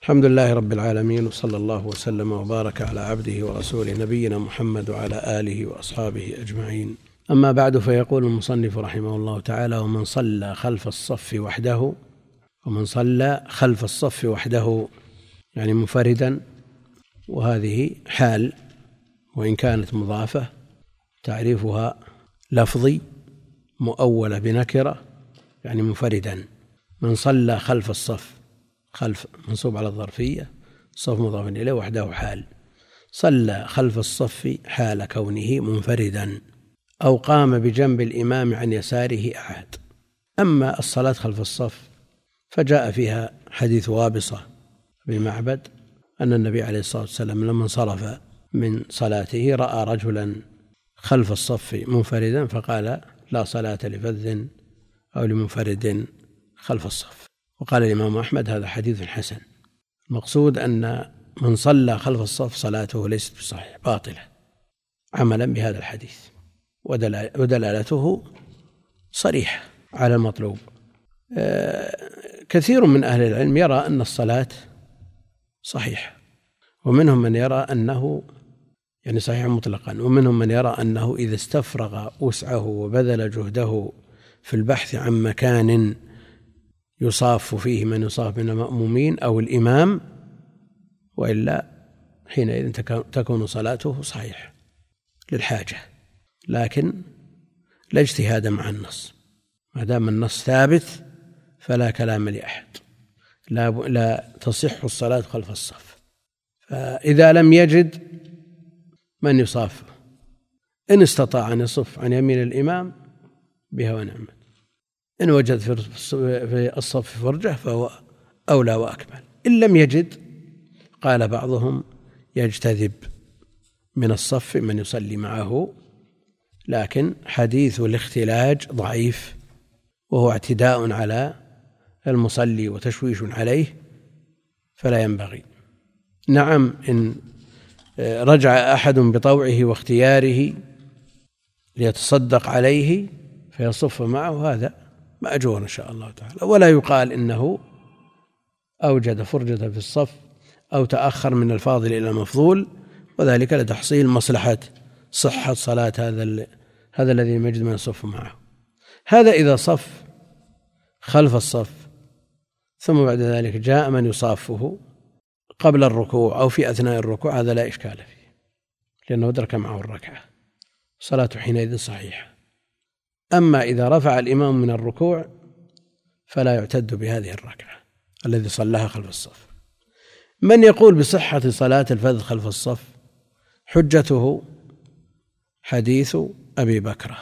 الحمد لله رب العالمين، وصلى الله وسلم وبارك على عبده ورسوله نبينا محمد وعلى آله وأصحابه أجمعين. أما بعد، فيقول المصنف رحمه الله تعالى: ومن صلى خلف الصف وحده يعني منفردا، وهذه حال وإن كانت مضافة، تعريفها لفظي مؤولة بنكرة يعني منفردا. من صلى خلف الصف، خلف منصوب على الظرفية، الصف مضاف إليه، وحده حال. صلى خلف الصف حال كونه منفردا، أو قام بجنب الإمام عن يساره أحد. أما الصلاة خلف الصف فجاء فيها حديث وابصة بن معبد أن النبي عليه الصلاة والسلام لما انصرف من صلاته رأى رجلا خلف الصف منفردا فقال: لا صلاة لفذ أو لمنفرد خلف الصف. وقال الإمام أحمد: هذا حديث حسن. المقصود أن من صلى خلف الصف صلاته ليست بصحيح، باطلة، عملا بهذا الحديث، ودلالته صريحة على المطلوب. كثير من أهل العلم يرى أن الصلاة صحيحة، ومنهم من يرى أنه يعني صحيح مطلقا، ومنهم من يرى أنه إذا استفرغ وسعه وبذل جهده في البحث عن مكان يصاف فيه من يصاف من المأمومين أو الإمام، وإلا حينئذ تكون صلاته صحيحة للحاجة، لكن لا اجتهاد مع النص. ما دام النص ثابت فلا كلام لأحد، لا تصح الصلاة خلف الصف. فإذا لم يجد من يصاف، إن استطاع أن يصف عن يمين الإمام بها ونعمت، إن وجد في الصف فرجة فهو أولى وأكمل. إن لم يجد، قال بعضهم: يجتذب من الصف من يصلي معه، لكن حديث الاختلاج ضعيف، وهو اعتداء على المصلي وتشويش عليه، فلا ينبغي. نعم، إن رجع أحد بطوعه واختياره ليتصدق عليه فيصف معه، هذا مأجور إن شاء الله تعالى، ولا يقال إنه أوجد فرجة في الصف أو تأخر من الفاضل إلى المفضول، وذلك لتحصيل مصلحة صحة صلاة هذا الذي لم يجد من يصف معه. هذا إذا صف خلف الصف ثم بعد ذلك جاء من يصافه قبل الركوع أو في أثناء الركوع، هذا لا إشكال فيه، لأنه أدرك معه الركعة، صلاته حينئذ صحيحة. أما إذا رفع الإمام من الركوع فلا يعتد بهذه الركعة الذي صلىها خلف الصف. من يقول بصحة صلاة الفذ خلف الصف حجته حديث أبي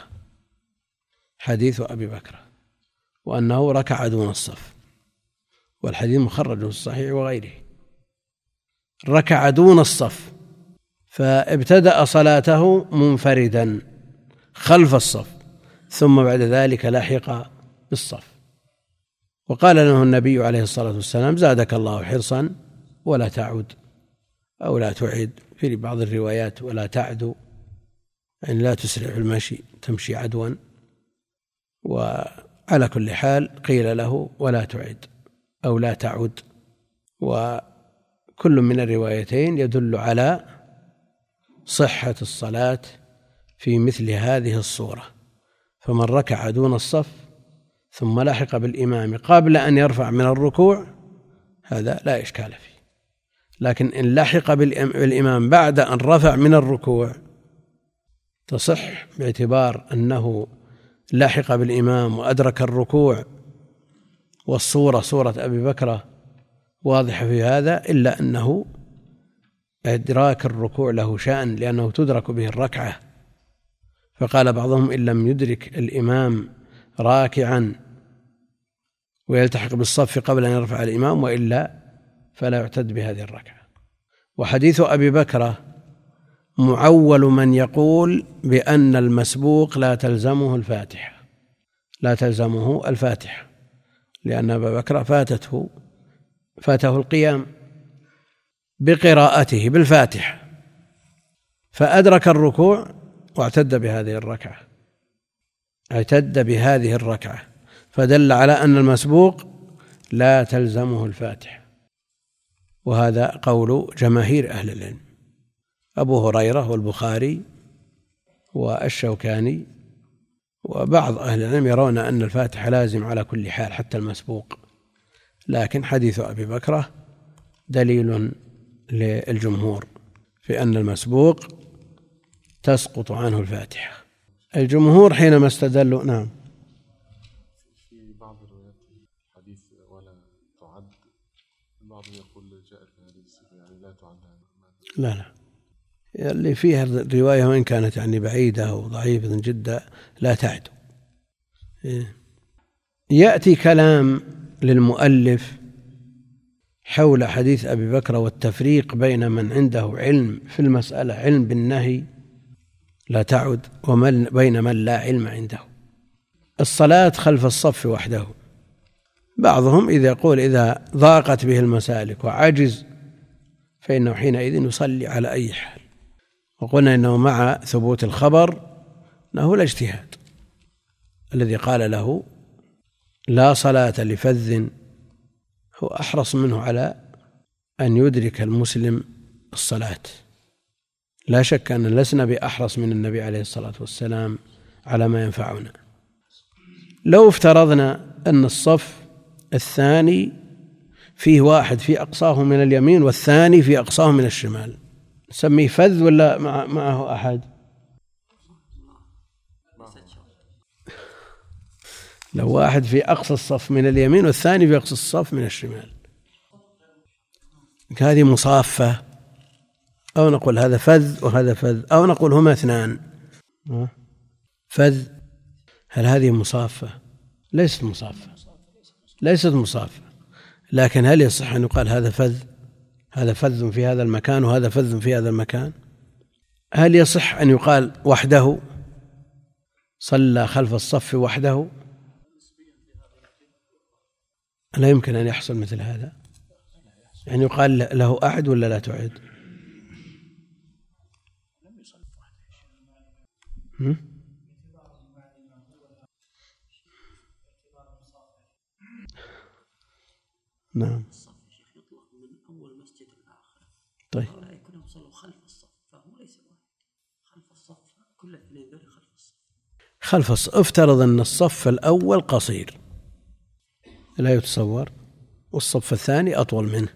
بكرة وأنه ركع دون الصف، والحديث مخرج في الصحيح وغيره، ركع دون الصف فابتدأ صلاته منفردا خلف الصف، ثم بعد ذلك لحق بالصف، وقال له النبي عليه الصلاة والسلام: زادك الله حرصا ولا تعد، أو لا تعد في بعض الروايات، ولا تعد يعني لا تسرع في المشي، تمشي عدوا. وعلى كل حال قيل له: ولا تعد أو لا تعد، وكل من الروايتين يدل على صحة الصلاة في مثل هذه الصورة. فمن ركع دون الصف ثم لحق بالإمام قبل أن يرفع من الركوع هذا لا إشكال فيه، لكن إن لحق بالإمام بعد أن رفع من الركوع تصح، باعتبار أنه لحق بالإمام وأدرك الركوع، والصورة صورة أبي بكرة واضحة في هذا، إلا أنه إدراك الركوع له شأن، لأنه تدرك به الركعة. فقال بعضهم: إن لم يدرك الإمام راكعا ويلتحق بالصف قبل أن يرفع الإمام، وإلا فلا يعتد بهذه الركعة. وحديث أبي بكرة معول من يقول بأن المسبوق لا تلزمه الفاتحة، لأن أبا بكرة فاته القيام بقراءته بالفاتحة، فأدرك الركوع واعتد بهذه الركعة، فدل على أن المسبوق لا تلزمه الفاتحة. وهذا قول جماهير أهل العلم. أبو هريرة والبخاري والشوكاني وبعض أهل العلم يرون أن الفاتحة لازم على كل حال حتى المسبوق، لكن حديث أبي بكرة دليل للجمهور في أن المسبوق تسقط عنه الفاتحة. الجمهور حينما استدلوا نعم في بعض الروايات حديث ولا تعد، البعض يقول جاء في هذه الصفة يعني لا تعد. لا اللي فيها الرواية وإن كانت يعني بعيدة وضعيفة جدا لا تعد. يأتي كلام للمؤلف حول حديث أبي بكر والتفريق بين من عنده علم في المسألة، علم بالنهي لا تعد، ومن بين من لا علم عنده. الصلاة خلف الصف وحده، بعضهم إذا يقول إذا ضاقت به المسالك وعجز فإنه حينئذ يصلي على أي حال، وقلنا إنه مع ثبوت الخبر أنه لا اجتهاد. الذي قال له لا صلاة لفذ هو أحرص منه على أن يدرك المسلم الصلاة. لا شك أن لسنا بأحرص من النبي عليه الصلاة والسلام على ما ينفعنا. لو افترضنا أن الصف الثاني فيه واحد في أقصاه من اليمين والثاني في أقصاه من الشمال، نسميه فذ ولا معه أحد؟ لو واحد في أقصى الصف من اليمين والثاني في أقصى الصف من الشمال، هذه مصافة، أو نقول هذا فذ وهذا فذ، أو نقول هما اثنان فذ. هل هذه مصافة؟ ليست مصافة، لكن هل يصح أن يقال هذا فذ، هذا فذ في هذا المكان وهذا فذ في هذا المكان؟ هل يصح أن يقال وحده صلى خلف الصف وحده؟ لا يمكن أن يحصل مثل هذا، يعني يقال له أعد ولا لا تعد؟ نعم. طيب. خلف الصف افترض أن الصف الأول قصير لا يتصور، والصف الثاني أطول منه،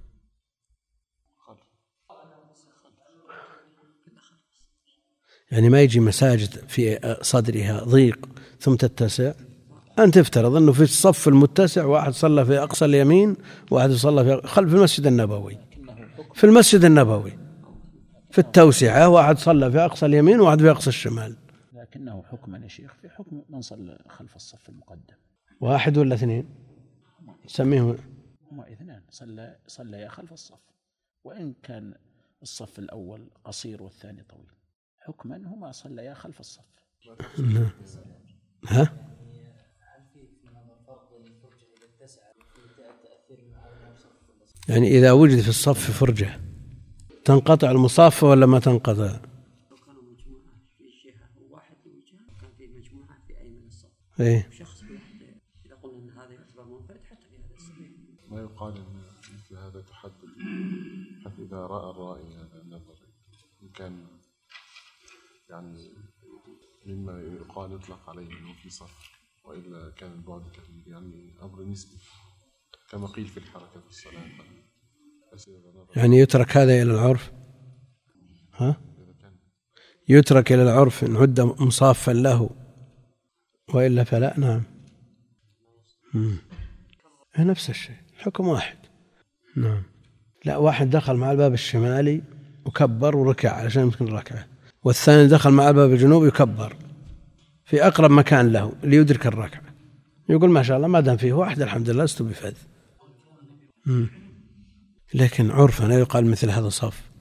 يعني ما يجي مساجد في صدرها ضيق ثم تتسع. أنت تفترض أنه في الصف المتسع واحد صلى في أقصى اليمين وواحد صلى في خلف المسجد النبوي، في المسجد النبوي في التوسعة واحد صلى في أقصى اليمين وواحد في أقصى الشمال، لكنه حكما يا شيخ في حكم من صلى خلف الصف المقدم. واحد ولا اثنين؟ سميه هما اثنان صلى خلف الصف، وإن كان الصف الأول قصير والثاني طويل، حكما هما صليا خلف الصف. ها؟ يعني إذا وجد في الصف فرجة تنقطع المصافة ولا ما تنقطع؟ إيه؟ ما يقال أن مثل هذا تحدد حتى إذا رأى الرائي هذا النظر، إن كان يعني مما يقال يطلق عليه أنه في صف، وإلا كان البعد كبير، يعني أمر نسبي كما قيل في الحركة في الصلاة. يعني يترك هذا إلى العرف؟ ها؟ يترك إلى العرف إن عد مصافا له وإلا فلا. نعم. نفس الشيء، حكم واحد. نعم. لا، واحد دخل مع الباب الشمالي وكبر وركع علشان يمكن الركعة، والثاني دخل مع الباب الجنوبي يكبر في أقرب مكان له ليدرك الركعة، يقول ما شاء الله ما دام فيه واحد الحمد لله لست بفذ. لكن عرفا لا يقال مثل هذا صف.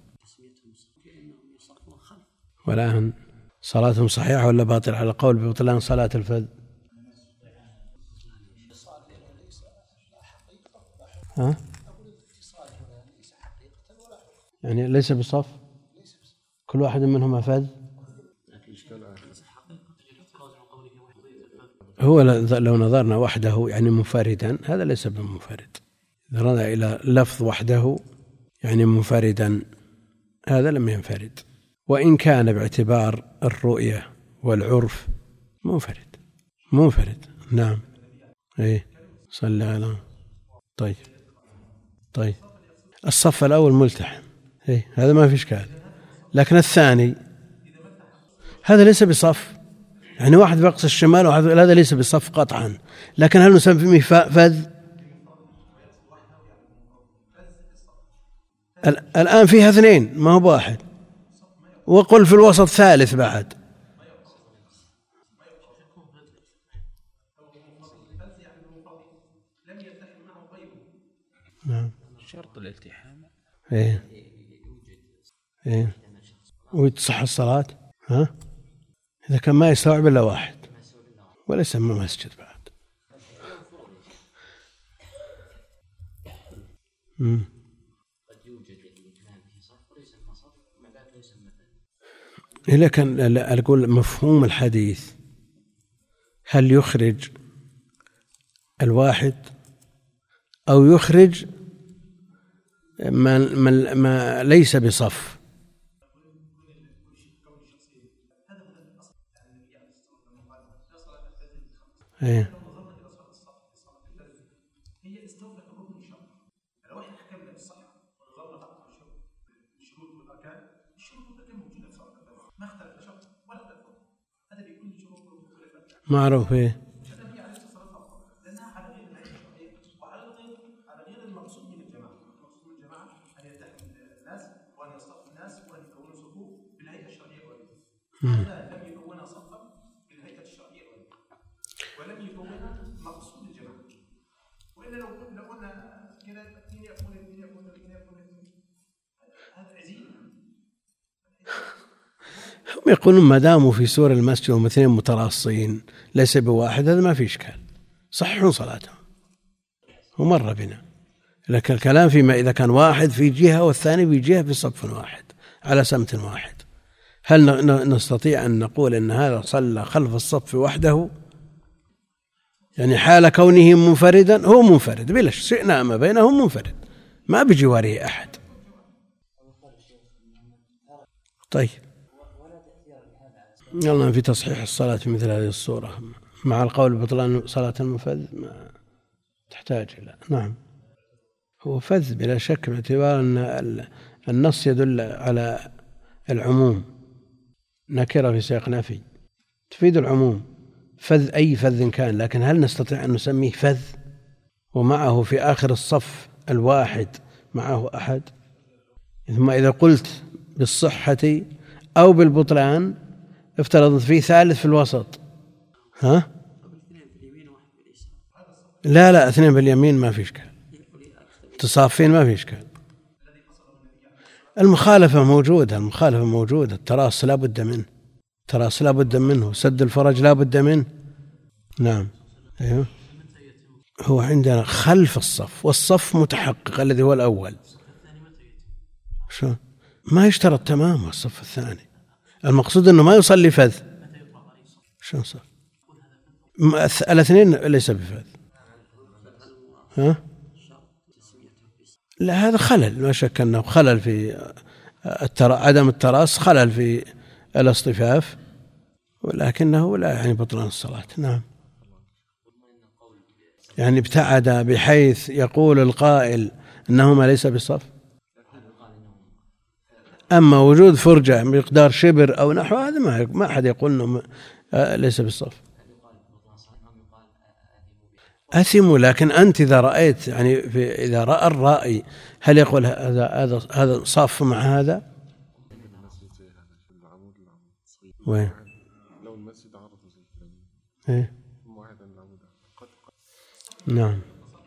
والآن صلاتهم صحيحة ولا باطل على قول ببطلان صلاة الفذ؟ ها؟ يعني ليس بصف، كل واحد منهما فذ. هو لو نظرنا وحده يعني منفردا هذا ليس بمنفرد، نظرنا إلى لفظ وحده يعني منفردا، هذا لم ينفرد. وإن كان باعتبار الرؤية والعرف منفرد. نعم. صلى على. طيب الصف الأول ملتحم، هذا ما في إشكال. لكن الثاني هذا ليس بصف، يعني واحد بقص الشمال وواحد، هذا ليس بصف قطعا. لكن هل نسميه فذ؟ الآن فيها اثنين ما هو بواحد، وقل في الوسط ثالث بعد. نعم. شرط الالتحام. وتصح الصلاة. إذا كان ما يستوعب إلا واحد ولا يسمى مسجد بعد. لكن أقول مفهوم الحديث، هل يخرج الواحد أو يخرج ما ليس بصف؟ معروف. لم يكون صفا بالهيئة الشرعية ولم يكون مقصود الجماعة، وإلا لو قلنا كذا يكون هذا عزيز. هم يقولون ما داموا في سور المسجد وهم اثنين متراصين ليس بواحد، هذا ما في إشكال، صححوا صلاتهم ومر بنا. لكن الكلام فيما إذا كان واحد في جهة والثاني في جهة في صف واحد على سمت واحد، هل نستطيع أن نقول أن هذا صلى خلف الصف وحده؟ يعني حال كونه منفردا، هو منفرد بلا شئنا ما بينهم منفرد، ما بجواره أحد. طيب يلا في تصحيح الصلاة في مثل هذه الصورة مع القول ببطلان صلاة المفذ ما تحتاج إلى. نعم، هو فذ بلا شك، باعتبار أن النص يدل على العموم، نكرة في سياق نفي تفيد العموم، فذ أي فذ كان. لكن هل نستطيع أن نسميه فذ ومعه في آخر الصف الواحد معه أحد؟ ثم إذا قلت بالصحة أو بالبطلان افترضت فيه ثالث في الوسط، لا اثنين باليمين ما في إشكال، تصافين ما في إشكال. المخالفة موجودة، التراص لا بد منه، سد الفرج لا بد منه. نعم. أيوه. هو عندنا خلف الصف، والصف متحقق الذي هو الأول، شو ما يشترط تمام الصف الثاني، المقصود أنه ما يصلي فذ. شو صف الاثنين ليس بفذ. لا هذا خلل، لا شك أنه خلل في عدم التراص، خلل في الاصطفاف، ولكنه لا يعني بطلان الصلاة. نعم، يعني ابتعد بحيث يقول القائل أنهما ليس بصف. أما وجود فرجة مقدار شبر أو نحو هذا ما أحد يقول أنه ليس بالصف. أثموا، لكن أنت إذا رأيت يعني إذا رأى الرائي هل يقول هذا صف مع هذا؟ وين؟ لو المسجد عرض نعم.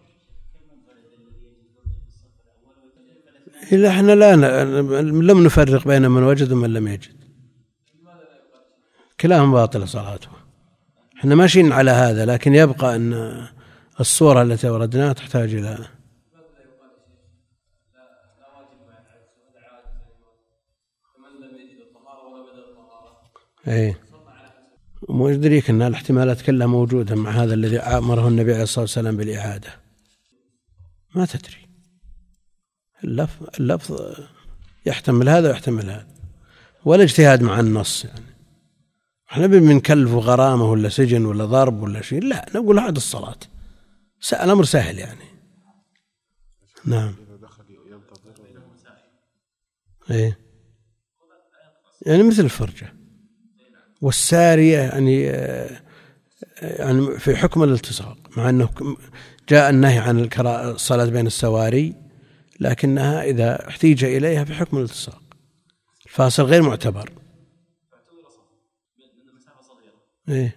إلا إحنا لم نفرق بين من وجد ومن لم يجد، كلاهم باطل صلاته. إحنا ماشيين على هذا، لكن يبقى أن الصورة التي وردناها تحتاج إلى ويدريك أن الاحتمالات كلها موجودة مع هذا الذي أمره النبي عليه الصلاة والسلام بالإعادة، ما تدري اللفظ يحتمل هذا ويحتمل هذا، ولا اجتهاد مع النص. يعني احنا بنكلف غرامة ولا سجن ولا ضرب ولا شيء، لا، نقول عاد الصلاة، الأمر سهل يعني. نعم. ايه يعني مثل الفرجة والسارية، يعني في حكم الالتصاق، مع أنه جاء النهي عن الصلاة بين السواري، لكنها إذا احتيج إليها في حكم الالتصاق، الفاصل غير معتبر. إيه؟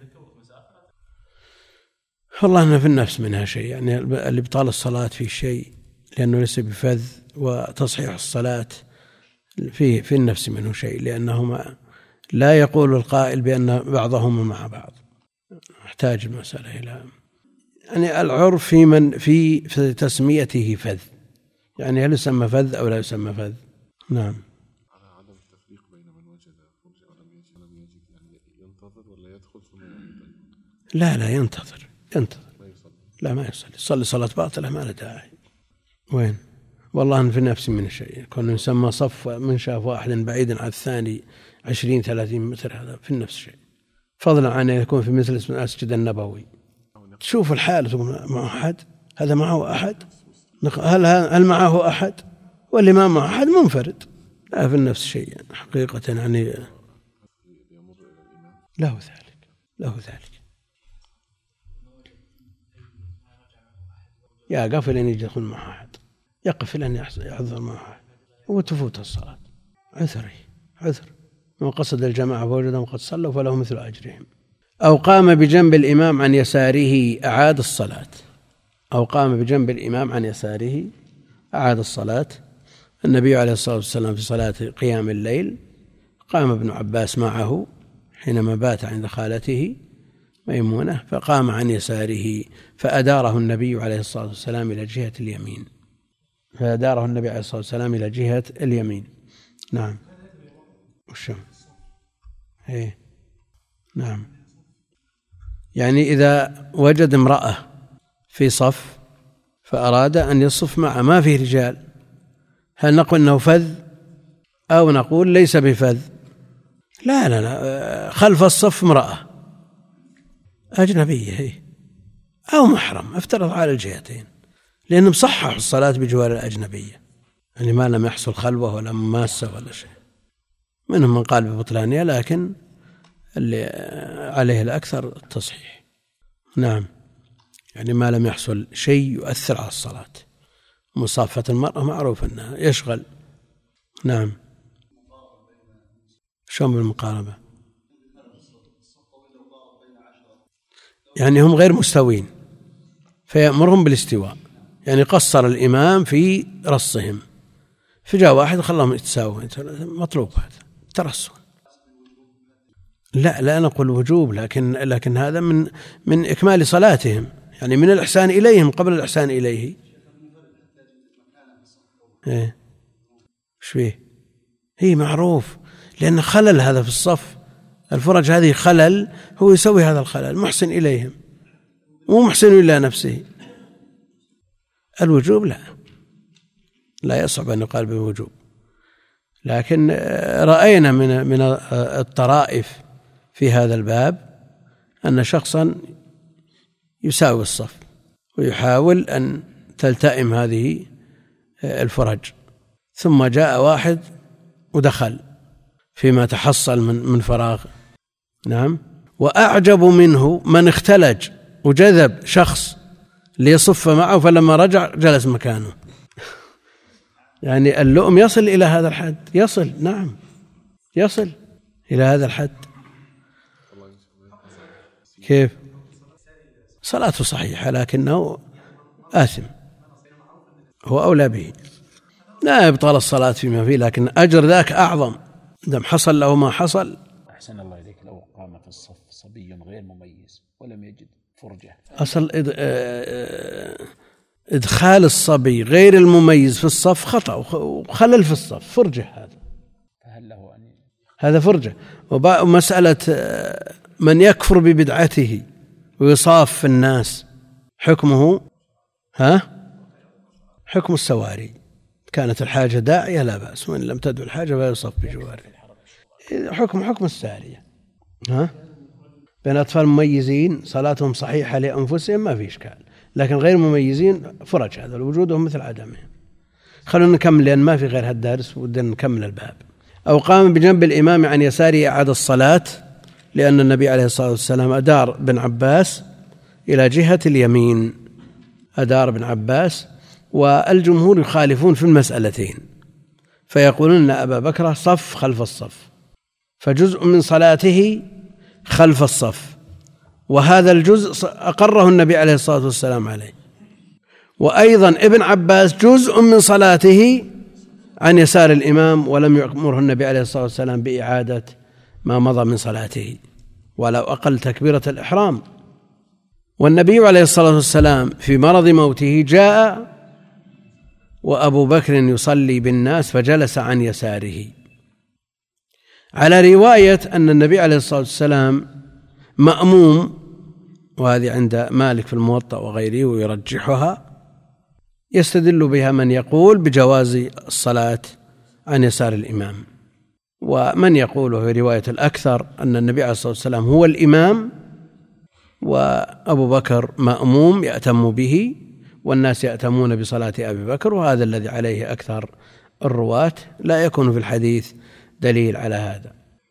والله أنه في النفس منها شيء، يعني اللي بطال الصلاة في شيء لأنه ليس بفذ، وتصحيح الصلاة في النفس منه شيء، لأنهما لا يقول القائل بأن بعضهما مع بعض. يحتاج المسألة إلى يعني العرف في من في تسميته فذ، يعني هل يسمى فذ أو لا يسمى فذ. نعم. على عدم التفريق بين من وجد فرجة ولم يجد، يعني ينتظر ولا يدخل ثم لا ينتظر لا ما يصلي صلاة باطلة ما له داعي. وين والله أن في نفسي من شيء، كونه يسمى صف من شاف واحد بعيدا عن الثاني 20-30 متر، هذا في النفس شيء، فضلا عن أن يكون في مثل المسجد النبوي. تشوف الحال تقول معه أحد، هذا معه أحد، هل معه أحد، واللي ما معه أحد منفرد، لا في النفس شيء حقيقة، يعني له ذلك يقف لأن يدخل معه أحد، يقف لأن يحضر معه أحد وتفوت الصلاة، عذر من قصد الجماعة فوجدهم قد صلوا فله مثل أجرهم. أو قام بجنب الإمام عن يساره أعاد الصلاة. النبي عليه الصلاة والسلام في صلاة قيام الليل قام ابن عباس معه حينما بات عند خالته ميمونة، فقام عن يساره فأداره النبي عليه الصلاة والسلام إلى جهة اليمين. نعم. إيه؟ نعم. يعني إذا وجد امرأة في صف فأراد أن يصف معه ما فيه رجال، هل نقول أنه فذ أو نقول ليس بفذ؟ لا، خلف الصف امرأة أجنبية هي أو محرم، افترض على الجهتين، لأنهم صححوا الصلاة بجوار الأجنبية، يعني ما لم يحصل خلوة ولا مماسة ولا شيء. منهم من قال ببطلانها، لكن اللي عليه الأكثر التصحيح. نعم، يعني ما لم يحصل شيء يؤثر على الصلاة. مصافة المرأة معروف أنها يشغل. نعم. شو بالمقاربة؟ يعني هم غير مستوين فيأمرهم بالاستواء، يعني قصر الإمام في رصهم، فجاء واحد خلاهم يتساووا، مطلوب هذا ترصون. لا نقول وجوب، لكن هذا من إكمال صلاتهم، يعني من الإحسان إليهم قبل الإحسان إليه. إيه إيش فيه؟ هي معروف، لأن خلل هذا في الصف، الفرج هذه خلل، هو يسوي هذا الخلل، محسن إليهم مو محسن إلى نفسه. الوجوب لا يصعب أن يقال بالوجوب، لكن رأينا من الطرائف في هذا الباب أن شخصا يساوي الصف ويحاول أن تلتئم هذه الفرج، ثم جاء واحد ودخل فيما تحصل من فراغ. نعم. وأعجب منه من اختلج وجذب شخص ليصف معه، فلما رجع جلس مكانه. يعني اللؤم يصل إلى هذا الحد، يصل إلى هذا الحد. كيف؟ صلاته صحيحة لكنه آثم، هو أولى به، لا يبطل الصلاة فيما فيه، لكن أجر ذاك أعظم دم حصل له ما حصل. أحسن الله إليك، لو قام في الصف صبي غير مميز ولم يجد فرجة، أصل إدخال الصبي غير المميز في الصف خطأ وخلل في الصف، فرجة فهل له أن هذا فرجة. ومسألة من يكفر ببدعته ويصاف في الناس حكمه حكم السواري كانت الحاجة داعية لا بأس، وإن لم تدعو الحاجة فلا يصف بجواره. حكم السارية. بين أطفال مميزين صلاتهم صحيحة لأنفسهم ما في إشكال، لكن غير مميزين فرج هذا وجودهم مثل عدمهم. خلونا نكمل لأن ما في غير هالدرس ودنا نكمل الباب. أو قام بجنب الإمام عن يساره أعاد الصلاة، لأن النبي عليه الصلاة والسلام أدار بن عباس إلى جهة اليمين، أدار بن عباس، والجمهور يخالفون في المسألتين، فيقولون أن أبا بكر صف خلف الصف، فجزء من صلاته خلف الصف، وهذا الجزء أقره النبي عليه الصلاة والسلام عليه. وأيضا ابن عباس جزء من صلاته عن يسار الإمام، ولم يأمره النبي عليه الصلاة والسلام بإعادة ما مضى من صلاته ولو أقل تكبيرة الإحرام. والنبي عليه الصلاة والسلام في مرض موته جاء وأبو بكر يصلي بالناس فجلس عن يساره، على رواية أن النبي عليه الصلاة والسلام مأموم، وهذه عند مالك في الموطأ وغيره ويرجحها، يستدل بها من يقول بجواز الصلاة عن يسار الإمام، ومن يقوله رواية الأكثر أن النبي عليه الصلاة والسلام هو الإمام وأبو بكر مأموم يأتم به والناس يأتمون بصلاة أبي بكر، وهذا الذي عليه أكثر الرواة، لا يكون في الحديث دليل على هذا.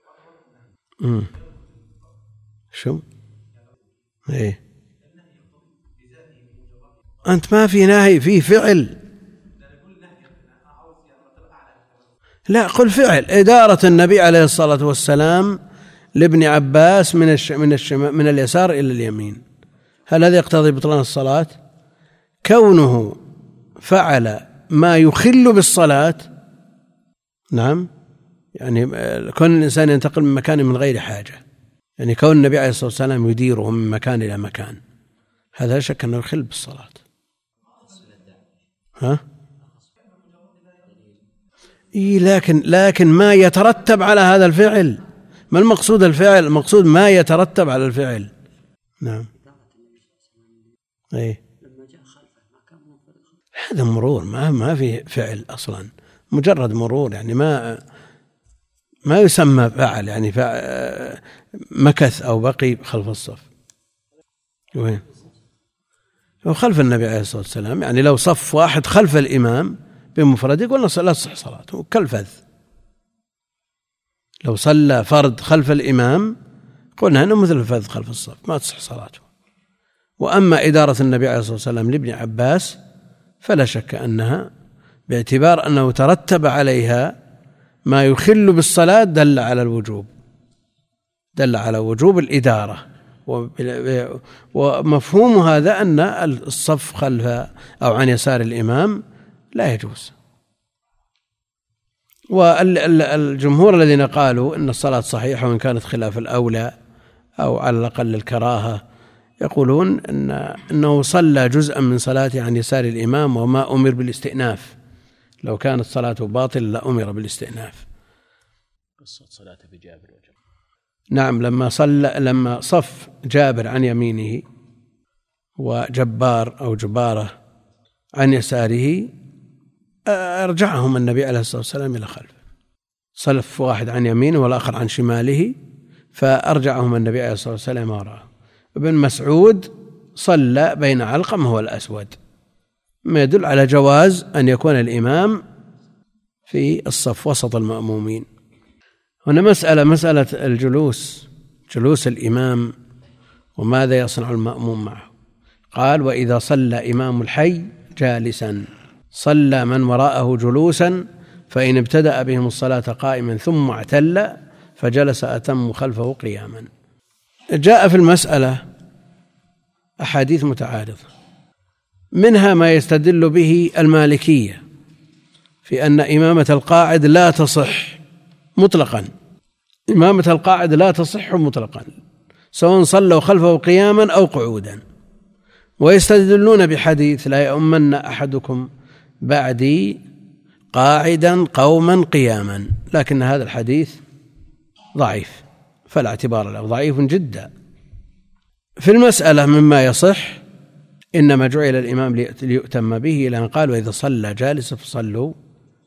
شو؟ إيه؟ أنت ما في نهي، في فعل. لا، قل فعل. إدارة النبي عليه الصلاة والسلام لابن عباس من اليسار إلى اليمين، هل هذا يقتضي بطلان الصلاة؟ كونه فعل ما يخل بالصلاة، نعم، يعني كون الإنسان ينتقل من مكان من غير حاجة، يعني كون النبي عليه الصلاة والسلام يديره من مكان إلى مكان، هذا شك أنه يخل بالصلاة. لكن ما يترتب على هذا الفعل. ما المقصود الفعل؟ المقصود ما يترتب على الفعل. نعم. ايه، هذا مرور، ما في فعل اصلا، مجرد مرور، يعني ما يسمى فعل، يعني مكث او بقي خلف الصف. وين؟ وخلف النبي عليه الصلاة والسلام، يعني لو صف واحد خلف الإمام بمفرده قلنا لا تصح صلاته كالفذ. لو صلى فرد خلف الإمام قلنا أنه مثل الفذ خلف الصف، ما تصح صلاته. وأما إدارة النبي عليه الصلاة والسلام لابن عباس فلا شك أنها باعتبار أنه ترتب عليها ما يخل بالصلاة دل على وجوب الإدارة. ومفهوم هذا أن الصف خلف أو عن يسار الإمام لا يجوز. والجمهور الذين قالوا إن الصلاة صحيحة وإن كانت خلاف الأولى أو على الأقل الكراهة، يقولون أنه صلى جزءا من صلاته عن يسار الإمام وما أمر بالاستئناف، لو كانت صلاته باطلة لأمر بالاستئناف. قصة صلاة بجابر وجبار. نعم، لما صف جابر عن يمينه وجبار أو جبارة عن يساره أرجعهم النبي عليه الصلاة والسلام إلى خلفه، صف واحد عن يمينه والآخر عن شماله، فأرجعهم النبي عليه الصلاة والسلام وراءه. ابن مسعود صلى بين علقمة والأسود، ما يدل على جواز أن يكون الإمام في الصف وسط المأمومين. هنا مسألة الجلوس، جلوس الإمام وماذا يصنع المأموم معه. قال: وإذا صلى إمام الحي جالسا صلى من وراءه جلوسا، فإن ابتدأ بهم الصلاة قائما ثم اعتل فجلس أتم خلفه قياما. جاء في المسألة أحاديث متعارضة، منها ما يستدل به المالكية في أن إمامة القاعد لا تصح مطلقا، إمامة القاعد لا تصح مطلقا سواء صلوا خلفه قياما أو قعودا، ويستدلون بحديث: لا يؤمن أحدكم بعدي قاعدا قوما قياما، لكن هذا الحديث ضعيف فلا اعتبار له، ضعيف جدا. في المسألة مما يصح إنما جعل الإمام ليؤتم به، لأن قال: وإذا صلى جالسا فصلوا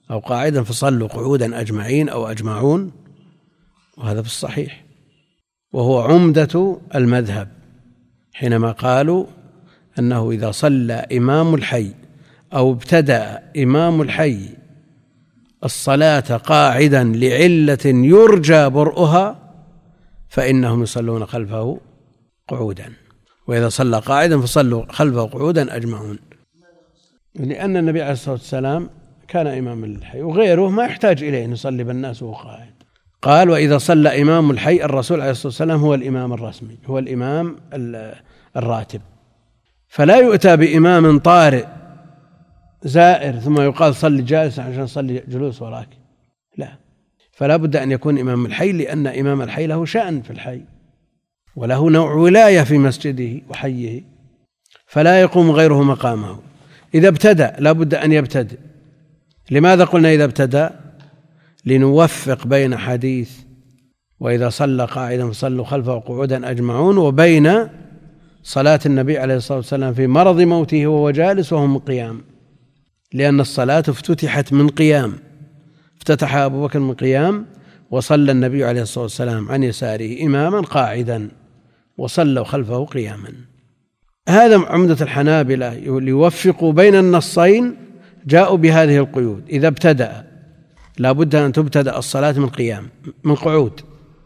أو قاعدا فصلوا قعودا أجمعين أو أجمعون، وهذا في الصحيح، وهو عمدة المذهب حينما قالوا أنه إذا صلى إمام الحي أو ابتدأ إمام الحي الصلاة قاعدا لعلة يرجى برؤها فإنهم يصلون خلفه قعودا، وإذا صلى قاعدا فصلوا خلفه قعودا أجمعون، لأن النبي عليه الصلاة والسلام كان إمام الحي وغيره ما يحتاج إليه أن يصلي بالناس وهو قاعد. قال وإذا صلى إمام الحي، الرسول عليه الصلاة والسلام هو الإمام الرسمي، هو الإمام الراتب، فلا يؤتى بإمام طارئ زائر ثم يقال صلي جالسا عشان صلي جلوس وراك، لا، فلا بد أن يكون إمام الحي، لأن إمام الحي له شأن في الحي وله نوع ولاية في مسجده وحيه، فلا يقوم غيره مقامه. إذا ابتدأ لا بد أن يبتدئ. لماذا قلنا إذا ابتدأ؟ لنوفق بين حديث وإذا صلى قاعدا فصلوا خلفه قعودا أجمعون وبين صلاة النبي عليه الصلاة والسلام في مرض موته وهو جالس وهو من قيام، لأن الصلاة افتتحت من قيام، افتتحها أبو بكر من قيام، وصلى النبي عليه الصلاة والسلام عن يساره إماما قاعدا وصلوا خلفه قياما. هذا عمدة الحنابلة ليوفقوا بين النصين، جاءوا بهذه القيود. إذا ابتدأ لا بد أن تبتدأ الصلاة من قيام من قعود،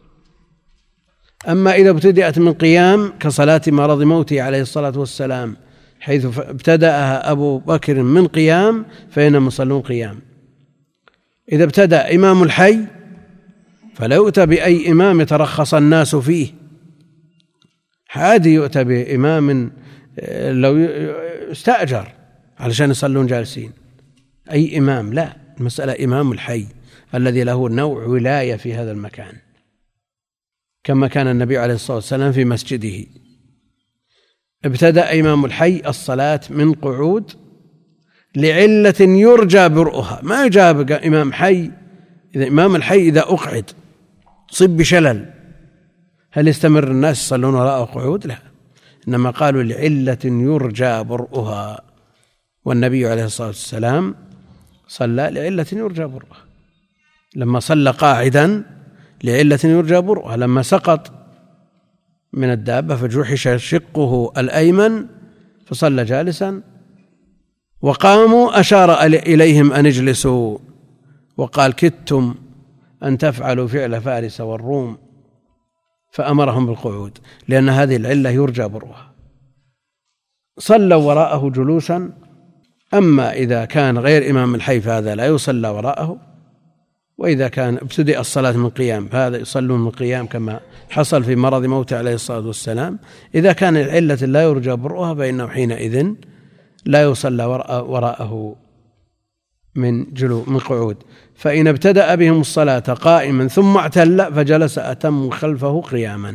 أما إذا ابتدأت من قيام كصلاة مرض موته عليه الصلاة والسلام حيث ابتدأها أبو بكر من قيام فإنهم يصلون قيام. إذا ابتدأ إمام الحي فلا يؤتى بأي إمام يترخص الناس فيه، عادي يؤتى بإمام لو استأجر علشان يصلون جالسين، أي إمام، لا، المسألة إمام الحي الذي له نوع ولاية في هذا المكان، كما كان النبي عليه الصلاة والسلام في مسجده. ابتدأ إمام الحي الصلاة من قعود لعلة يرجى برؤها، ما يجاب إمام حي. إذا إمام الحي إذا أقعد صب بشلل هل يستمر الناس يصلون وراءه قعود؟ لا، إنما قالوا لعلة يرجى برؤها، والنبي عليه الصلاة والسلام صلى لعلة يرجى برؤها، لما صلى قاعدا لعلة يرجى برؤها، لما سقط من الدابة فجرح شقه الأيمن فصلى جالسا، وقاموا أشار إليهم أن اجلسوا، وقال كدتم أن تفعلوا فعل فارس والروم، فأمرهم بالقعود، لأن هذه العلة يرجى برؤها. صلوا وراءه جلوسا. أما إذا كان غير إمام الحي فهذا لا يصلى وراءه، وإذا كان ابتدأ الصلاة من قيام فهذا يصلون من قيام كما حصل في مرض موته عليه الصلاة والسلام. إذا كان العلة لا يرجى برؤها فإنه حينئذ لا يصلى وراءه من قعود. فإن ابتدأ بهم الصلاة قائما ثم اعتل فجلس أتم خلفه قياما.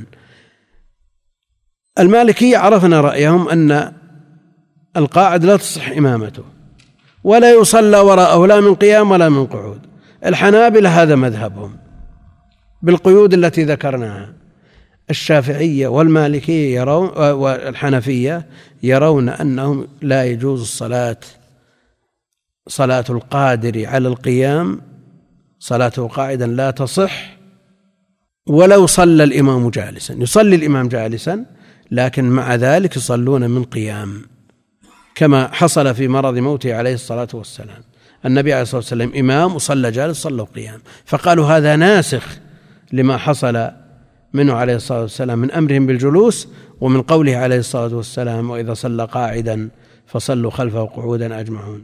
المالكية عرفنا رأيهم أن القاعد لا تصح إمامته ولا يصلى وراءه لا من قيام ولا من قعود. الحنابلة هذا مذهبهم بالقيود التي ذكرناها. الشافعية والمالكية والحنفية يرون أنهم لا يجوز صلاة القادر على القيام، صلاته قاعدا لا تصح ولو صلى الإمام جالسا. يصلي الإمام جالسا لكن مع ذلك يصلون من قيام، كما حصل في مرض موته عليه الصلاة والسلام. النبي عليه الصلاة والسلام إمام وصلى جالس، صلوا قيام، فقالوا هذا ناسخ لما حصل منه عليه الصلاة والسلام من أمرهم بالجلوس، ومن قوله عليه الصلاة والسلام وإذا صلى قاعدا فصلوا خلفه قعودا أجمعون.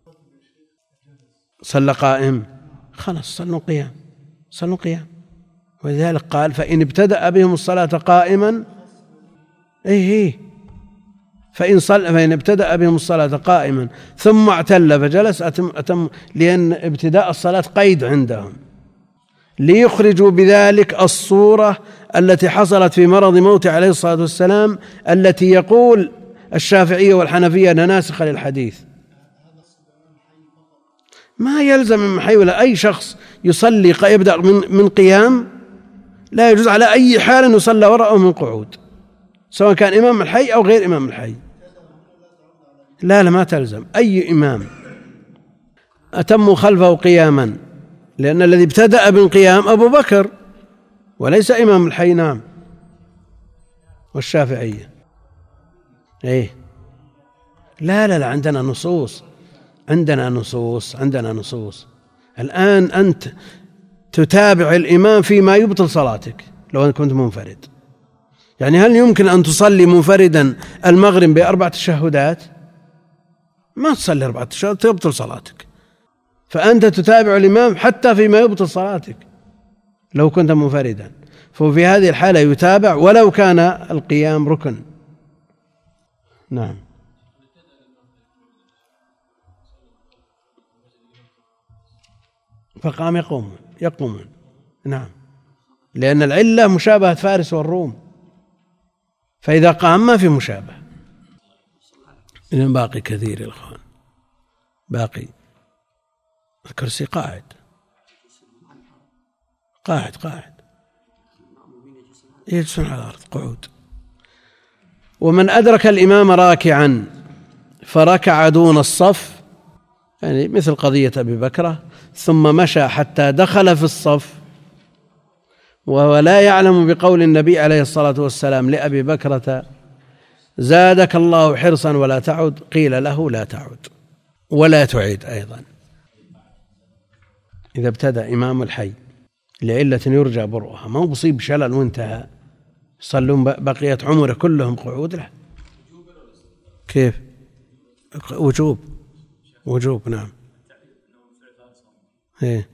صلى قائم خلاص صلوا قيام. ولذلك قال فإن ابتدأ بهم الصلاة قائما فإن ابتدأ بهم الصلاة قائما ثم اعتل فجلس أتم، لأن ابتداء الصلاة قيد عندهم، ليخرجوا بذلك الصورة التي حصلت في مرض موته عليه الصلاة والسلام، التي يقول الشافعية والحنفية أنها ناسخة للحديث. ما يلزم من حي ولا أي شخص يصلي يبدأ من قيام، لا يجوز على أي حال أن يصلى وراءه من قعود، سواء كان إمام الحي أو غير إمام الحي. لا ما تلزم أي إمام. أتموا خلفه قياما، لأن الذي ابتدأ بالقيام أبو بكر وليس إمام الحي. نعم. والشافعية إيه لا عندنا نصوص. الآن أنت تتابع الإمام فيما يبطل صلاتك لو كنت منفرد. يعني هل يمكن أن تصلي منفردا المغرب ب4 تشهدات؟ ما تصلي 4 تشهدات تبطل صلاتك. فأنت تتابع الإمام حتى فيما يبطل صلاتك لو كنت منفردا، ففي هذه الحالة يتابع ولو كان القيام ركن. نعم. فقام يقومون. نعم، لأن العلة مشابهة فارس والروم، فإذا قام ما في مشابهة. إذن باقي كثير يا الأخوان، باقي. الكرسي قاعد يجلسون على الأرض قعود. ومن أدرك الإمام راكعا فركع دون الصف، يعني مثل قضية أبي بكرة، ثم مشى حتى دخل في الصف وهو لا يعلم بقول النبي عليه الصلاة والسلام لأبي بكرة زادك الله حرصا ولا تعد، قيل له لا تعد ولا تعيد أيضا. إذا ابتدأ إمام الحي لعلة يرجى برؤها، ما هو بصيب شلل وانتهى، يصلون بقية عمره كلهم قعود له. كيف؟ وجوب. نعم. إيه؟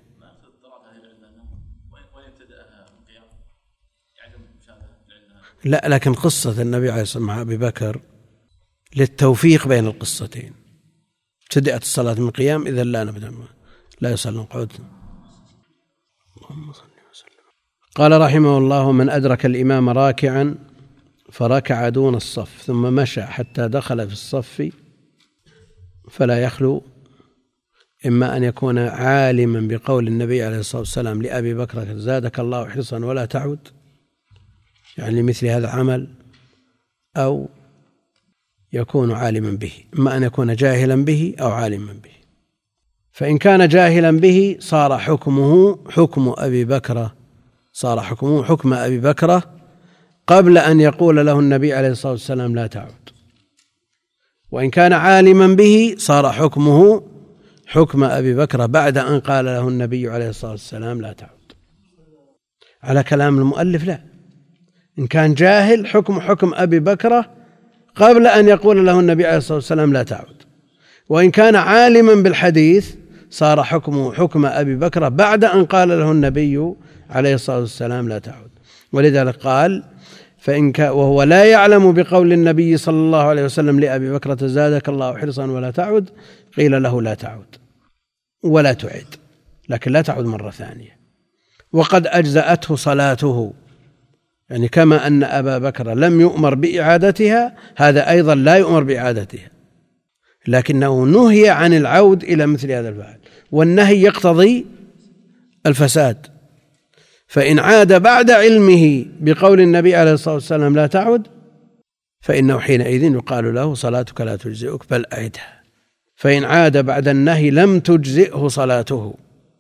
لا، لكن قصة النبي عليه الصلاة والسلام مع أبي بكر للتوفيق بين القصتين. ابتدأت الصلاة من قيام، إذا لا نبدأ لا يصلون قعود. اللهم صل وسلم. قال رحمه الله: من أدرك الإمام راكعا فركع دون الصف ثم مشى حتى دخل في الصف فلا يخلو إما أن يكون عالما بقول النبي عليه الصلاة والسلام لأبي بكر زادك الله حرصا ولا تعد، يعني مثل هذا العمل، أو يكون عالما به، إما أن يكون جاهلا به أو عالما به. فإن كان جاهلا به صار حكمه حكم أبي بكر قبل أن يقول له النبي عليه الصلاة والسلام لا تعد. وإن كان عالما به صار حكمه حكم أبي بكر بعد أن قال له النبي عليه الصلاة والسلام لا تعد. على كلام المؤلف لا، إن كان جاهل حكم أبي بكر قبل أن يقول له النبي عليه الصلاة والسلام لا تعد. وإن كان عالما بالحديث صار حكمه حكم أبي بكر بعد أن قال له النبي عليه الصلاة والسلام لا تعد. ولذلك قال: وهو لا يعلم بقول النبي صلى الله عليه وسلم لأبي بكرة زادك الله حرصا ولا تعد، قيل له لا تعد ولا تعد، لكن لا تعد مرة ثانية. وقد أجزأته صلاته، يعني كما أن أبا بكر لم يؤمر بإعادتها، هذا أيضا لا يؤمر بإعادتها، لكنه نهي عن العود إلى مثل هذا الفعل، والنهي يقتضي الفساد. فإن عاد بعد علمه بقول النبي عليه الصلاة والسلام لا تعد، فإنه حينئذ يقال له صلاتك لا تجزئك بل أعدها. فإن عاد بعد النهي لم تجزئه صلاته،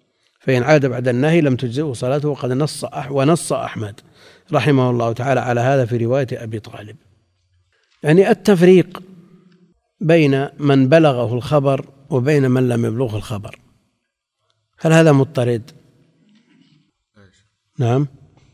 وقد نص أحمد رحمه الله تعالى على هذا في رواية أبي طالب. يعني التفريق بين من بلغه الخبر وبين من لم يبلغه الخبر، هل هذا مضطرد؟ نعم،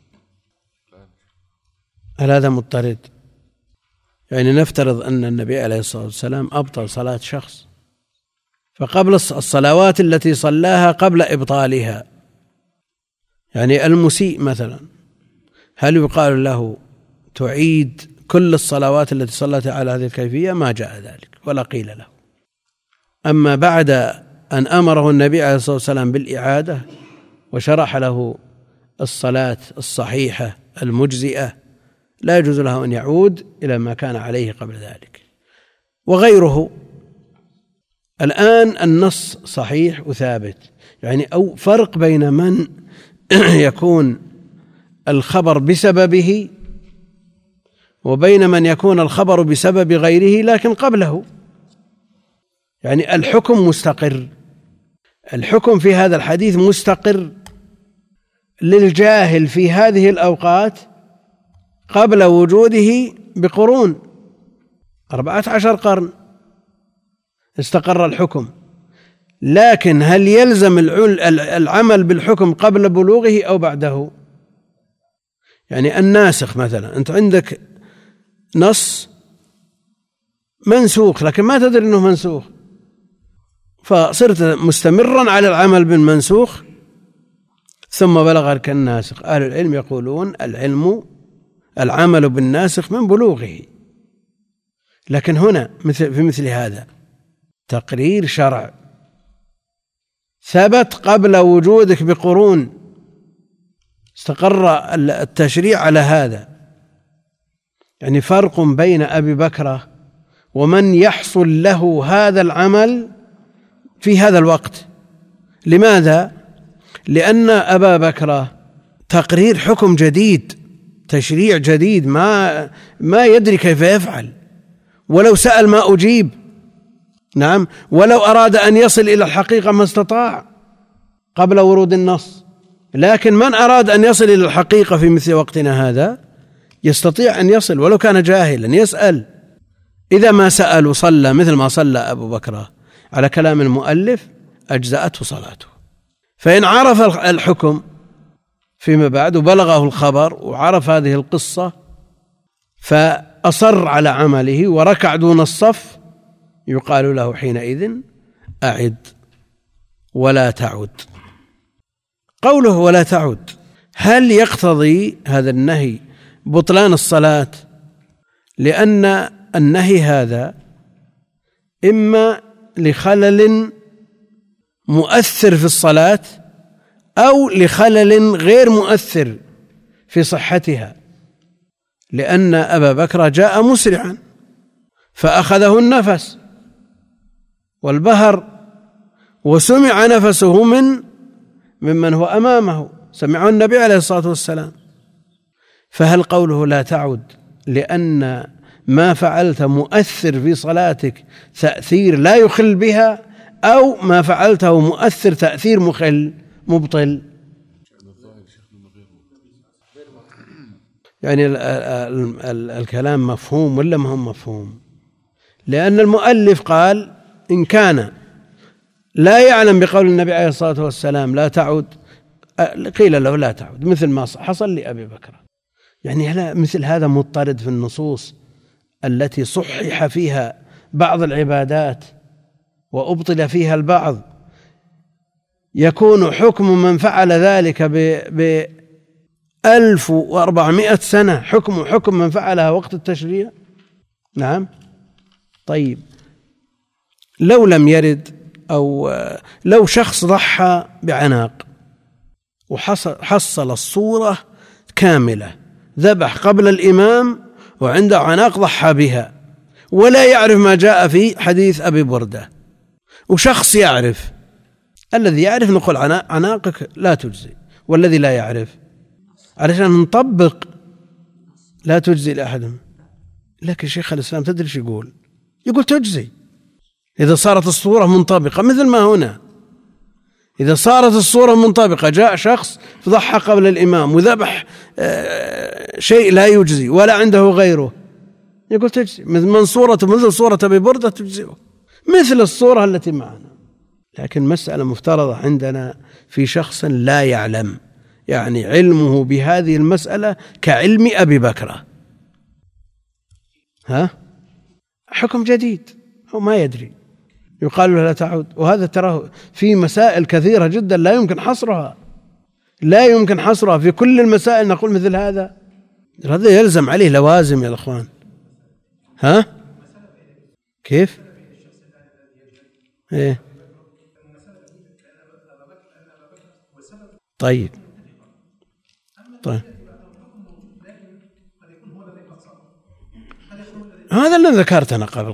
هل هذا مضطرد؟ يعني نفترض أن النبي عليه الصلاة والسلام أبطل صلاة شخص، فقبل الصلوات التي صلاها قبل إبطالها، يعني المسيء مثلا، هل يقال له تعيد كل الصلوات التي صلتها على هذه الكيفية؟ ما جاء ذلك ولا قيل له. أما بعد أن أمره النبي عليه الصلاة والسلام بالإعادة وشرح له الصلاة الصحيحة المجزئة، لا يجوز له أن يعود إلى ما كان عليه قبل ذلك. وغيره الآن النص صحيح وثابت، يعني أو فرق بين من يكون الخبر بسببه وبين من يكون الخبر بسبب غيره لكن قبله. يعني الحكم مستقر، الحكم في هذا الحديث مستقر للجاهل في هذه الأوقات قبل وجوده بقرون 14 قرن استقر الحكم. لكن هل يلزم العمل بالحكم قبل بلوغه أو بعده؟ يعني الناسخ مثلا، أنت عندك نص منسوخ لكن ما تدري أنه منسوخ، فصرت مستمرا على العمل بالمنسوخ ثم بلغك الناسخ. أهل العلم يقولون العمل بالناسخ من بلوغه. لكن هنا في مثل هذا تقرير شرع ثبت قبل وجودك بقرون، استقر التشريع على هذا. يعني فرق بين أبي بكر ومن يحصل له هذا العمل في هذا الوقت. لماذا؟ لأن أبا بكر تقرير حكم جديد، تشريع جديد، ما يدري كيف يفعل، ولو سأل ما أجيب. نعم، ولو أراد أن يصل إلى الحقيقة ما استطاع قبل ورود النص. لكن من أراد أن يصل إلى الحقيقة في مثل وقتنا هذا يستطيع أن يصل ولو كان جاهلا، يسأل. إذا ما سأل وصلى مثل ما صلى أبو بكر على كلام المؤلف أجزأته صلاته. فإن عرف الحكم فيما بعد وبلغه الخبر وعرف هذه القصة فأصر على عمله وركع دون الصف، يقال له حينئذ أعد ولا تعد. قوله ولا تعد، هل يقتضي هذا النهي بطلان الصلاة؟ لأن النهي هذا إما لخلل مؤثر في الصلاة أو لخلل غير مؤثر في صحتها. لأن أبا بكر جاء مسرعا فأخذه النفس والبهر وسمع نفسه ممن هو أمامه، سمعه النبي عليه الصلاة والسلام. فهل قوله لا تعد لأن ما فعلت مؤثر في صلاتك تأثير لا يخل بها، أو ما فعلته مؤثر تأثير مخل مبطل؟ يعني الكلام مفهوم ولا ما هو مفهوم؟ لأن المؤلف قال إن كان لا يعلم بقول النبي عليه الصلاة والسلام لا تعد، قيل له لا تعد، مثل ما حصل لأبي بكر. يعني مثل هذا مضطرد في النصوص التي صحح فيها بعض العبادات وأبطل فيها البعض، يكون حكم من فعل ذلك 1400 سنة حكم من فعلها وقت التشريع. نعم. طيب لو لم يرد، أو لو شخص ضحى بعناق وحصل الصورة كاملة، ذبح قبل الإمام وعنده عناق ضحى بها، ولا يعرف ما جاء في حديث أبي بردة، وشخص يعرف، الذي يعرف نقول عناقك لا تجزي، والذي لا يعرف علشان نطبق لا تجزي لأحد. لكن شيخ الإسلام تدري شو يقول تجزي إذا صارت الصورة منطبقة، مثل ما هنا إذا صارت الصورة منطبقة، جاء شخص ضحى قبل الإمام وذبح شيء لا يجزي ولا عنده غيره، يقول تجزي، مثل صورة أبي بردة تجزئه، مثل الصورة التي معنا. لكن مسألة مفترضة عندنا في شخص لا يعلم، يعني علمه بهذه المسألة كعلم أبي بكر، حكم جديد هو ما يدري، يقال له لا تعود. وهذا تراه في مسائل كثيرة جدا لا يمكن حصرها في كل المسائل نقول مثل هذا يلزم عليه لوازم يا الأخوان. كيف؟ إيه؟ طيب هذا اللي ذكرتنا قبل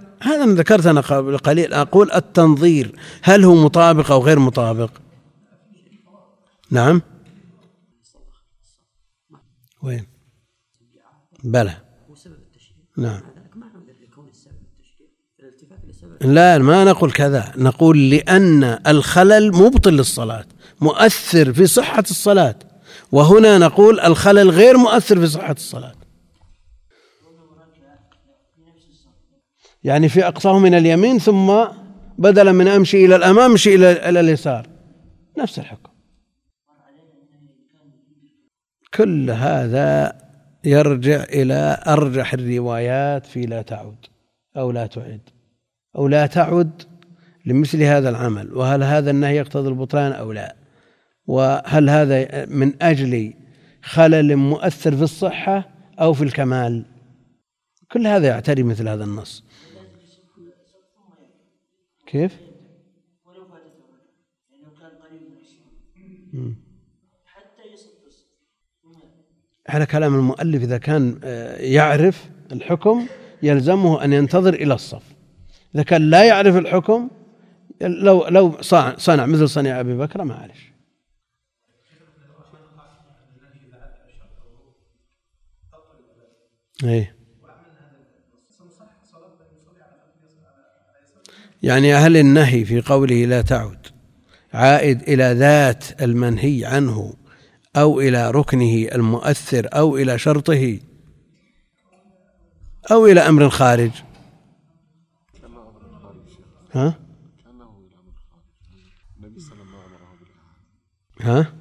قليل، أقول التنظير هل هو مطابق أو غير مطابق؟ نعم. وين؟ بلى. نعم. لا، ما نقول كذا، نقول لأن الخلل مبطل للصلاة، مؤثر في صحة الصلاة، وهنا نقول الخلل غير مؤثر في صحة الصلاة. يعني في أقصاه من اليمين، ثم بدلا من أمشي إلى الأمام أمشي إلى اليسار، نفس الحكم. كل هذا يرجع إلى أرجح الروايات في لا تعود أو لا تعد أو لا تعد لمثل هذا العمل، وهل هذا النهي يقتضي البطلان أو لا، وهل هذا من أجل خلل مؤثر في الصحة أو في الكمال. كل هذا يعتري مثل هذا النص. كيف؟ على كلام المؤلف إذا كان يعرف الحكم يلزمه أن ينتظر إلى الصف. إذا كان لا يعرف الحكم، لو صنع مثل صنيع أبي بكر ما عليه. يعني هل النهي في قوله لا تعد عائد إلى ذات المنهي عنه أو إلى ركنه المؤثر أو إلى شرطه أو إلى أمر خارج؟ ها؟ ها؟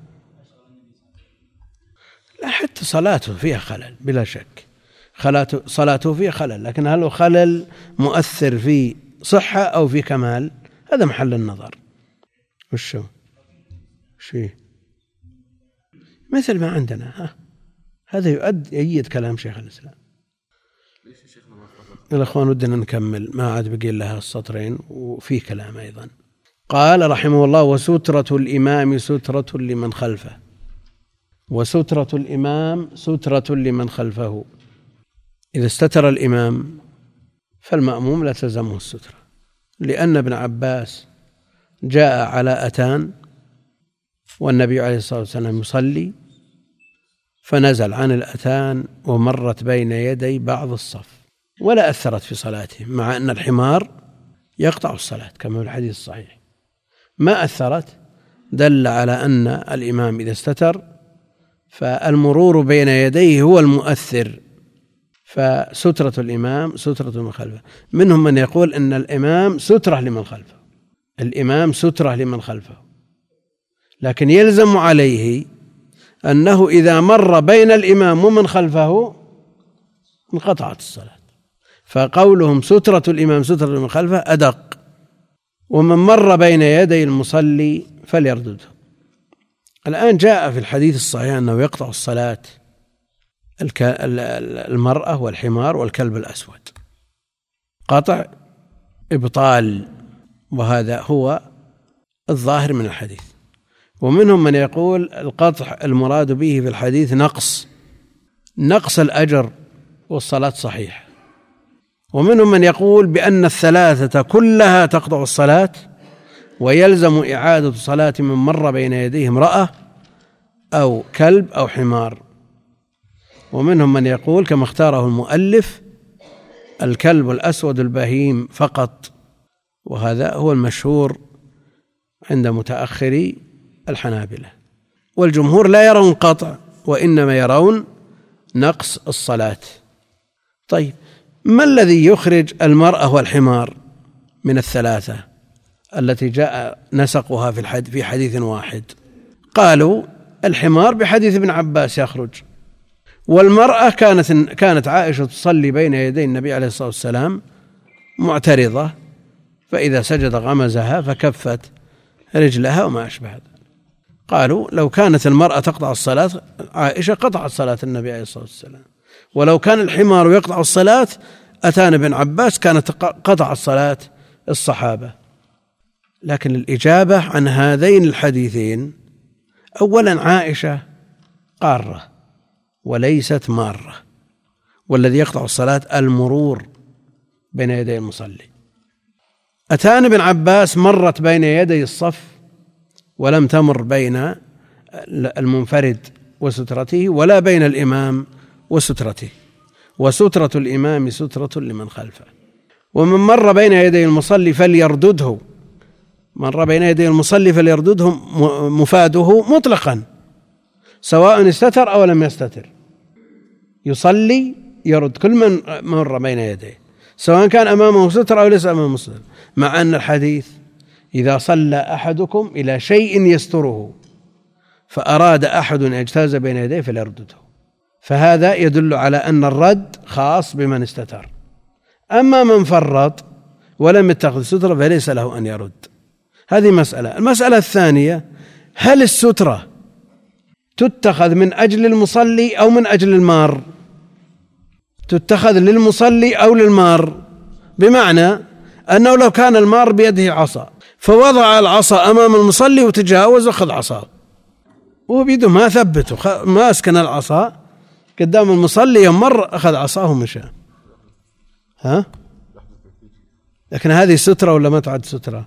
لا، حتى صلاته فيها خلل بلا شك، صلاته فيها خلل، لكن هل هو خلل مؤثر في صحة أو في كمال؟ هذا محل النظر. وشو شيء مثل ما عندنا، هذا يؤيد كلام شيخ الإسلام. الأخوان ودنا نكمل، ما عاد بقي لها السطرين وفي كلام أيضا. قال رحمه الله: وسترة الإمام سترة لمن خلفه. وسترة الإمام سترة لمن خلفه. إذا استتر الإمام فالمأموم لا تلزمه السترة، لأن ابن عباس جاء على أتان والنبي عليه الصلاة والسلام يصلي، فنزل عن الأتان ومرت بين يدي بعض الصف ولا أثرت في صلاته، مع أن الحمار يقطع الصلاة كما في الحديث الصحيح، ما أثرت، دل على أن الإمام إذا استتر فالمرور بين يديه هو المؤثر، فسترة الإمام سترة لمن خلفه. منهم من يقول أن الإمام سترة لمن خلفه، الإمام سترة لمن خلفه، لكن يلزم عليه أنه إذا مر بين الإمام ومن خلفه انقطعت الصلاة، فقولهم سترة الإمام سترة لمن خلفه أدق، ومن مر بين يدي المصلي فليردده. الآن جاء في الحديث الصحيح أنه يقطع الصلاة المرأة والحمار والكلب الأسود، قطع إبطال، وهذا هو الظاهر من الحديث. ومنهم من يقول القطع المراد به في الحديث نقص الأجر والصلاة صحيحة. ومنهم من يقول بأن الثلاثة كلها تقطع الصلاة ويلزم إعادة صلاة من مر بين يديه امرأة أو كلب أو حمار. ومنهم من يقول كما اختاره المؤلف الكلب الأسود البهيم فقط، وهذا هو المشهور عند متأخري الحنابلة. والجمهور لا يرون قطع، وإنما يرون نقص الصلاة. طيب، ما الذي يخرج المرأة والحمار من الثلاثة التي جاء نسقها في حديث واحد؟ قالوا الحمار بحديث ابن عباس يخرج، والمرأة كانت عائشة تصلي بين يدي النبي عليه الصلاة والسلام معترضة، فإذا سجد غمزها فكفت رجلها وما أشبه ذلك. قالوا لو كانت المرأة تقطع الصلاة عائشة قطعت صلاة النبي عليه الصلاة والسلام، ولو كان الحمار يقطع الصلاة أتانا ابن عباس كانت قطع الصلاة الصحابة. لكن الإجابة عن هذين الحديثين: أولا عائشة قارة وليست مارة، والذي يقطع الصلاة المرور بين يدي المصلي. أتانا ابن عباس مرت بين يدي الصف ولم تمر بين المنفرد وسترته ولا بين الإمام وسترته، وسترة الإمام سترة لمن خلفه. ومن مر بين يدي المصلي فليردده، مر بين يدي المصلي فليردده مفاده مطلقا سواء استتر أو لم يستتر، يصلي يرد كل من مر بين يديه سواء كان أمامه ستر أو ليس أمامه ستر، مع أن الحديث إذا صلى أحدكم إلى شيء يستره فأراد أحد أن يجتاز بين يديه فليردده، فهذا يدل على أن الرد خاص بمن استتر. أما من فرط ولم يتخذ سترة فليس له أن يرد. هذه مسألة. المسألة الثانية: هل السترة تتخذ من أجل المصلي أو من أجل المار؟ تتخذ للمصلي أو للمار، بمعنى أنه لو كان المار بيده عصا فوضع العصا أمام المصلي وتجاوز وأخذ عصاه وهو بيده ما ثبته، ما أسكن العصا قدام المصلي، يوم مر أخذ عصاه ومشى. لكن هذه سترة ولا ما تعد سترة؟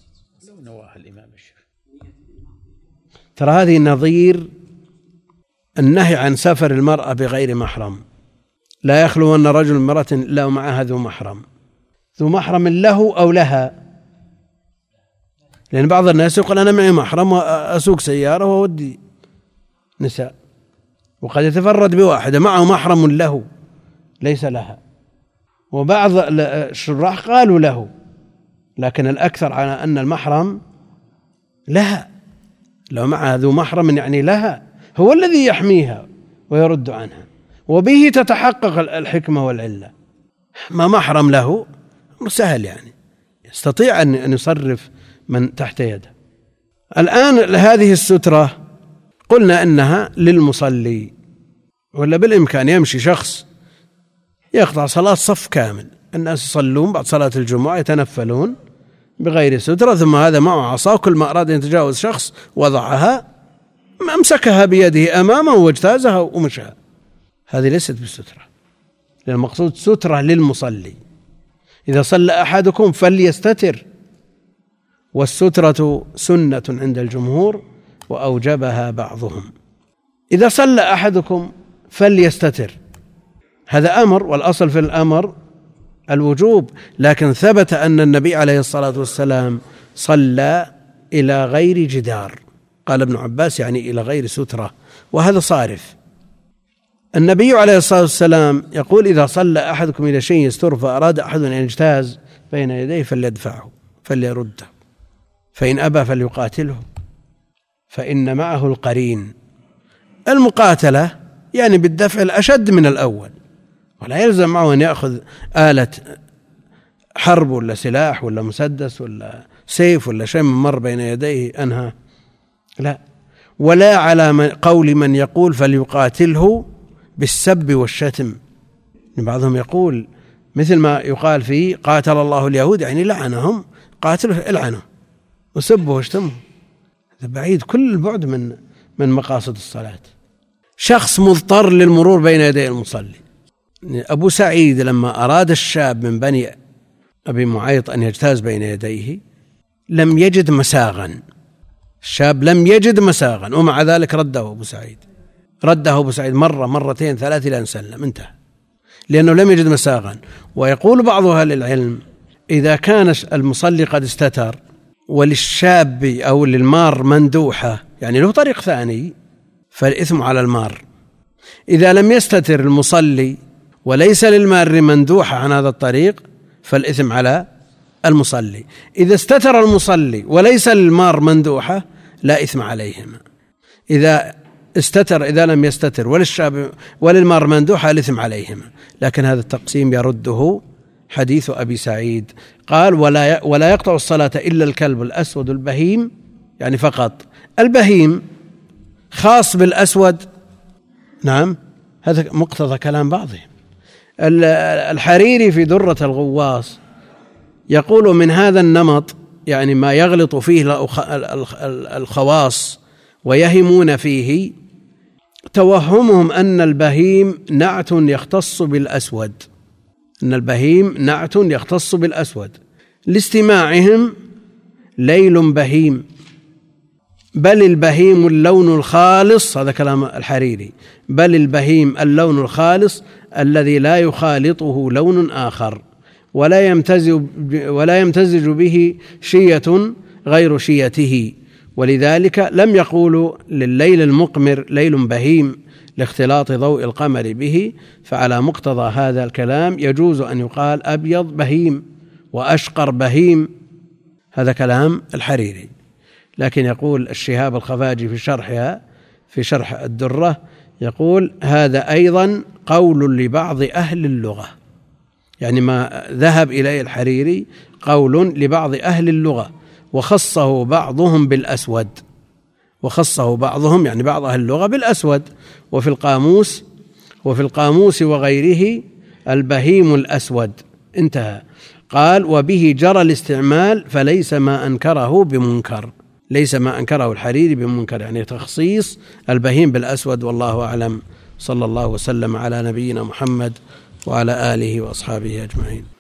ترى هذه نظير النهي عن سفر المرأة بغير محرم. لا يخلو أن رجل امرأة لا معها ذو محرم، ذو محرم له أو لها، لأن بعض الناس يقول أنا معي محرم وأسوق سيارة وأودي نساء، وقد يتفرد بواحدة معه محرم له ليس لها، وبعض الشراح قالوا له، لكن الأكثر على أن المحرم لها، لو معها ذو محرم يعني لها، هو الذي يحميها ويرد عنها، وبه تتحقق الحكمة والعلة. ما محرم له سهل، يعني يستطيع أن يصرف من تحت يده. الآن هذه السترة قلنا أنها للمصلي، ولا بالإمكان يمشي شخص يقطع صلاة صف كامل، الناس يصلون بعد صلاة الجمعة يتنفلون بغير سترة، ثم هذا معه عصا كل ما أراد أن يتجاوز شخص وضعها أمسكها بيده أمامه واجتازها ومشى. هذه ليست بالسترة، لأن المقصود سترة للمصلي. إذا صلى أحدكم فليستتر، والسترة سنة عند الجمهور وأوجبها بعضهم. إذا صلى أحدكم فليستتر، هذا أمر، والأصل في الأمر الوجوب، لكن ثبت أن النبي عليه الصلاة والسلام صلى إلى غير جدار، قال ابن عباس يعني إلى غير سترة، وهذا صارف. النبي عليه الصلاة والسلام يقول: إذا صلى أحدكم إلى شيء يستر فأراد أحد أن يجتاز بين يديه فليدفعه فليرده، فإن أبى فليقاتله فإن معه القرين. المقاتلة يعني بالدفع الأشد من الأول، ولا يلزم معه أن يأخذ آلة حرب ولا سلاح ولا مسدس ولا سيف ولا شيء من مر بين يديه أنهى، لا. ولا على قول من يقول فليقاتله بالسب والشتم، بعضهم يقول مثل ما يقال فيه قاتل الله اليهود، يعني لعنهم، قاتله العنه وسبه واشتمه، هذا بعيد كل البعد من مقاصد الصلاة. شخص مضطر للمرور بين يدي المصلي. أبو سعيد لما أراد الشاب من بني أبي معيط أن يجتاز بين يديه لم يجد مساغا، الشاب لم يجد مساغا، ومع ذلك رده أبو سعيد مرة مرتين ثلاث إلى أن سلم، انتهى، لأنه لم يجد مساغا. ويقول بعض أهل العلم: إذا كان المصلي قد استتر وللشاب أو للمار مندوحة، يعني له طريق ثاني، فالإثم على المار. إذا لم يستتر المصلي وليس للمار مندوحة عن هذا الطريق فالإثم على المصلي. إذا استتر المصلي وليس للمار مندوحة لا إثم عليهما. إذا لم يستتر وللشاب وللمار مندوحة الإثم عليهما. لكن هذا التقسيم يرده حديث أبي سعيد، قال: ولا يقطع الصلاة إلا الكلب الأسود البهيم، يعني فقط البهيم خاص بالأسود. نعم، هذا مقتضى كلام بعضهم. الحريري في درة الغواص يقول: من هذا النمط، يعني ما يغلط فيه الخواص ويهمون فيه، توهمهم أن البهيم نعت يختص بالأسود، لاستماعهم ليل بهيم، بل البهيم اللون الخالص، هذا كلام الحريري، بل البهيم اللون الخالص الذي لا يخالطه لون آخر، ولا يمتزج به شية غير شيته، ولذلك لم يقولوا لليل المقمر ليل بهيم لاختلاط ضوء القمر به، فعلى مقتضى هذا الكلام يجوز أن يقال أبيض بهيم وأشقر بهيم، هذا كلام الحريري. لكن يقول الشهاب الخفاجي في شرح الدرة، يقول هذا أيضا قول لبعض أهل اللغة، يعني ما ذهب إليه الحريري قول لبعض أهل اللغة، وخصه بعضهم بالأسود، وخصه بعضهم يعني بعض أهل اللغة بالأسود، وفي القاموس وغيره البهيم الأسود، انتهى. قال وبه جرى الاستعمال فليس ما أنكره بمنكر، ليس ما أنكره الحريري بمنكر، يعني تخصيص البهيم بالأسود. والله أعلم، صلى الله وسلم على نبينا محمد وعلى آله وأصحابه أجمعين.